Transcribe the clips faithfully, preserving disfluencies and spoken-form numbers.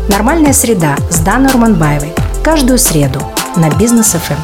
Нормальная среда с Даной Урманбаевой. Каждую среду на Бизнес эф эм.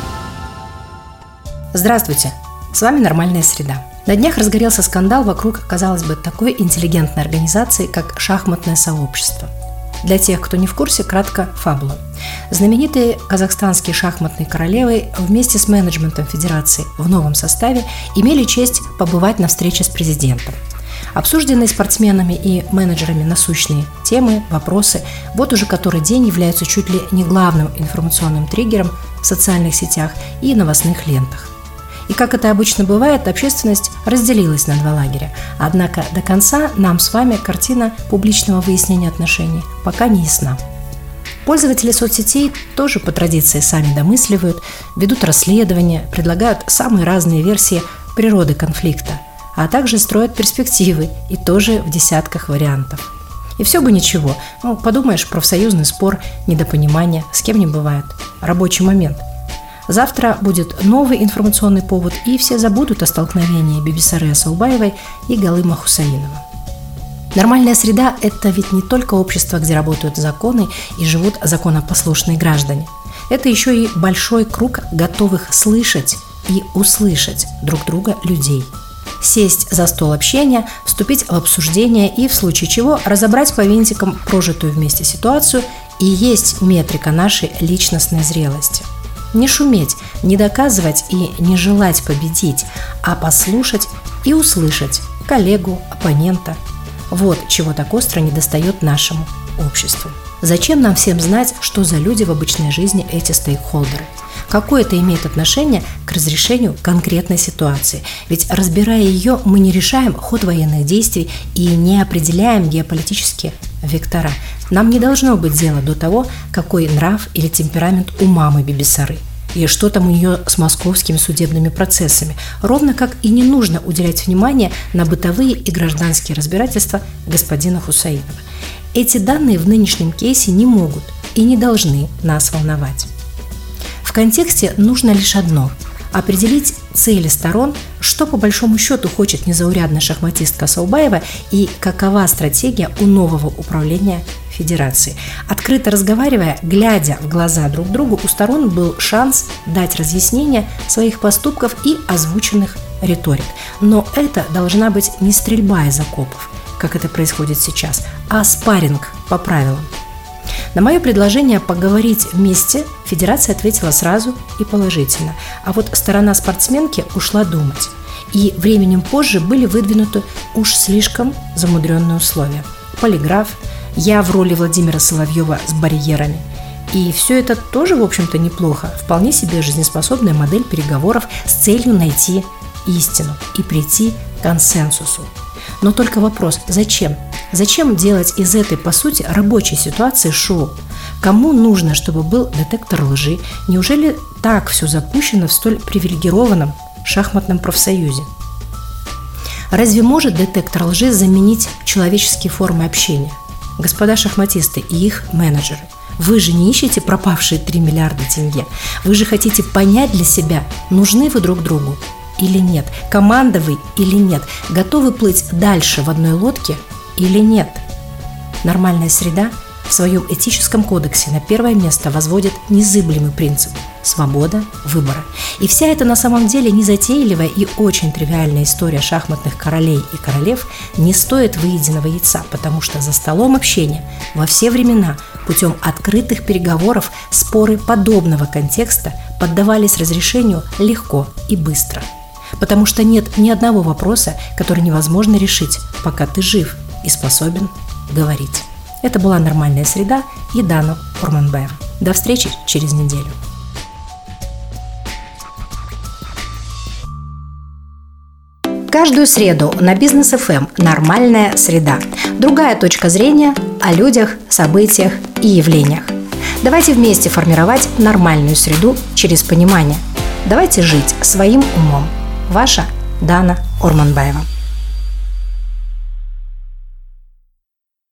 Здравствуйте, с вами Нормальная среда. На днях разгорелся скандал вокруг, казалось бы, такой интеллигентной организации, как шахматное сообщество. Для тех, кто не в курсе, кратко фабула. Знаменитые казахстанские шахматные королевы вместе с менеджментом федерации в новом составе имели честь побывать на встрече с президентом. Обсужденные спортсменами и менеджерами насущные темы, вопросы вот уже который день являются чуть ли не главным информационным триггером в социальных сетях и новостных лентах. И как это обычно бывает, общественность разделилась на два лагеря. Однако до конца нам с вами картина публичного выяснения отношений пока не ясна. Пользователи соцсетей тоже по традиции сами домысливают, ведут расследования, предлагают самые разные версии природы конфликта, а также строят перспективы, и тоже в десятках вариантов. И все бы ничего, ну, подумаешь, профсоюзный спор, недопонимание, с кем не бывает, рабочий момент. Завтра будет новый информационный повод, и все забудут о столкновении Бибисары Асаубаевой и Галыма Хусаинова. Нормальная среда – это ведь не только общество, где работают законы и живут законопослушные граждане. Это еще и большой круг готовых слышать и услышать друг друга людей. Сесть за стол общения, вступить в обсуждение и, в случае чего, разобрать по винтикам прожитую вместе ситуацию и есть метрика нашей личностной зрелости. Не шуметь, не доказывать и не желать победить, а послушать и услышать коллегу, оппонента. Вот чего так остро недостает нашему обществу. Зачем нам всем знать, что за люди в обычной жизни эти стейкхолдеры? Какое это имеет отношение к разрешению конкретной ситуации? Ведь, разбирая ее, мы не решаем ход военных действий и не определяем геополитические вектора. Нам не должно быть дела до того, какой нрав или темперамент у мамы Бибисары, и что там у нее с московскими судебными процессами, ровно как и не нужно уделять внимание на бытовые и гражданские разбирательства господина Хусаинова. Эти данные в нынешнем кейсе не могут и не должны нас волновать. В контексте нужно лишь одно – определить цели сторон, что по большому счету хочет незаурядная шахматистка Асаубаева и какова стратегия у нового управления Федерации. Открыто разговаривая, глядя в глаза друг другу, у сторон был шанс дать разъяснение своих поступков и озвученных риторик. Но это должна быть не стрельба из окопов, как это происходит сейчас, а спарринг по правилам. На мое предложение поговорить вместе Федерация ответила сразу и положительно, а вот сторона спортсменки ушла думать. И временем позже были выдвинуты уж слишком замудренные условия. Полиграф, я в роли Владимира Соловьева с барьерами. И все это тоже, в общем-то, неплохо. Вполне себе жизнеспособная модель переговоров с целью найти истину и прийти к консенсусу. Но только вопрос – зачем? Зачем делать из этой, по сути, рабочей ситуации шоу? Кому нужно, чтобы был детектор лжи? Неужели так все запущено в столь привилегированном шахматном профсоюзе? Разве может детектор лжи заменить человеческие формы общения? Господа шахматисты и их менеджеры, вы же не ищете пропавшие три миллиарда тенге. Вы же хотите понять для себя, нужны вы друг другу или нет, команда вы или нет, готовы плыть дальше в одной лодке или нет. Нормальная среда в своем этическом кодексе на первое место возводит незыблемый принцип – свобода выбора. И вся эта на самом деле незатейливая и очень тривиальная история шахматных королей и королев не стоит выеденного яйца, потому что за столом общения во все времена путем открытых переговоров споры подобного контекста поддавались разрешению легко и быстро. Потому что нет ни одного вопроса, который невозможно решить, пока ты жив и способен говорить. Это была «Нормальная среда» и Дана Урманбаева. До встречи через неделю. Каждую среду на Бизнес эф эм «Нормальная среда». Другая точка зрения о людях, событиях и явлениях. Давайте вместе формировать нормальную среду через понимание. Давайте жить своим умом. Ваша Дана Урманбаева.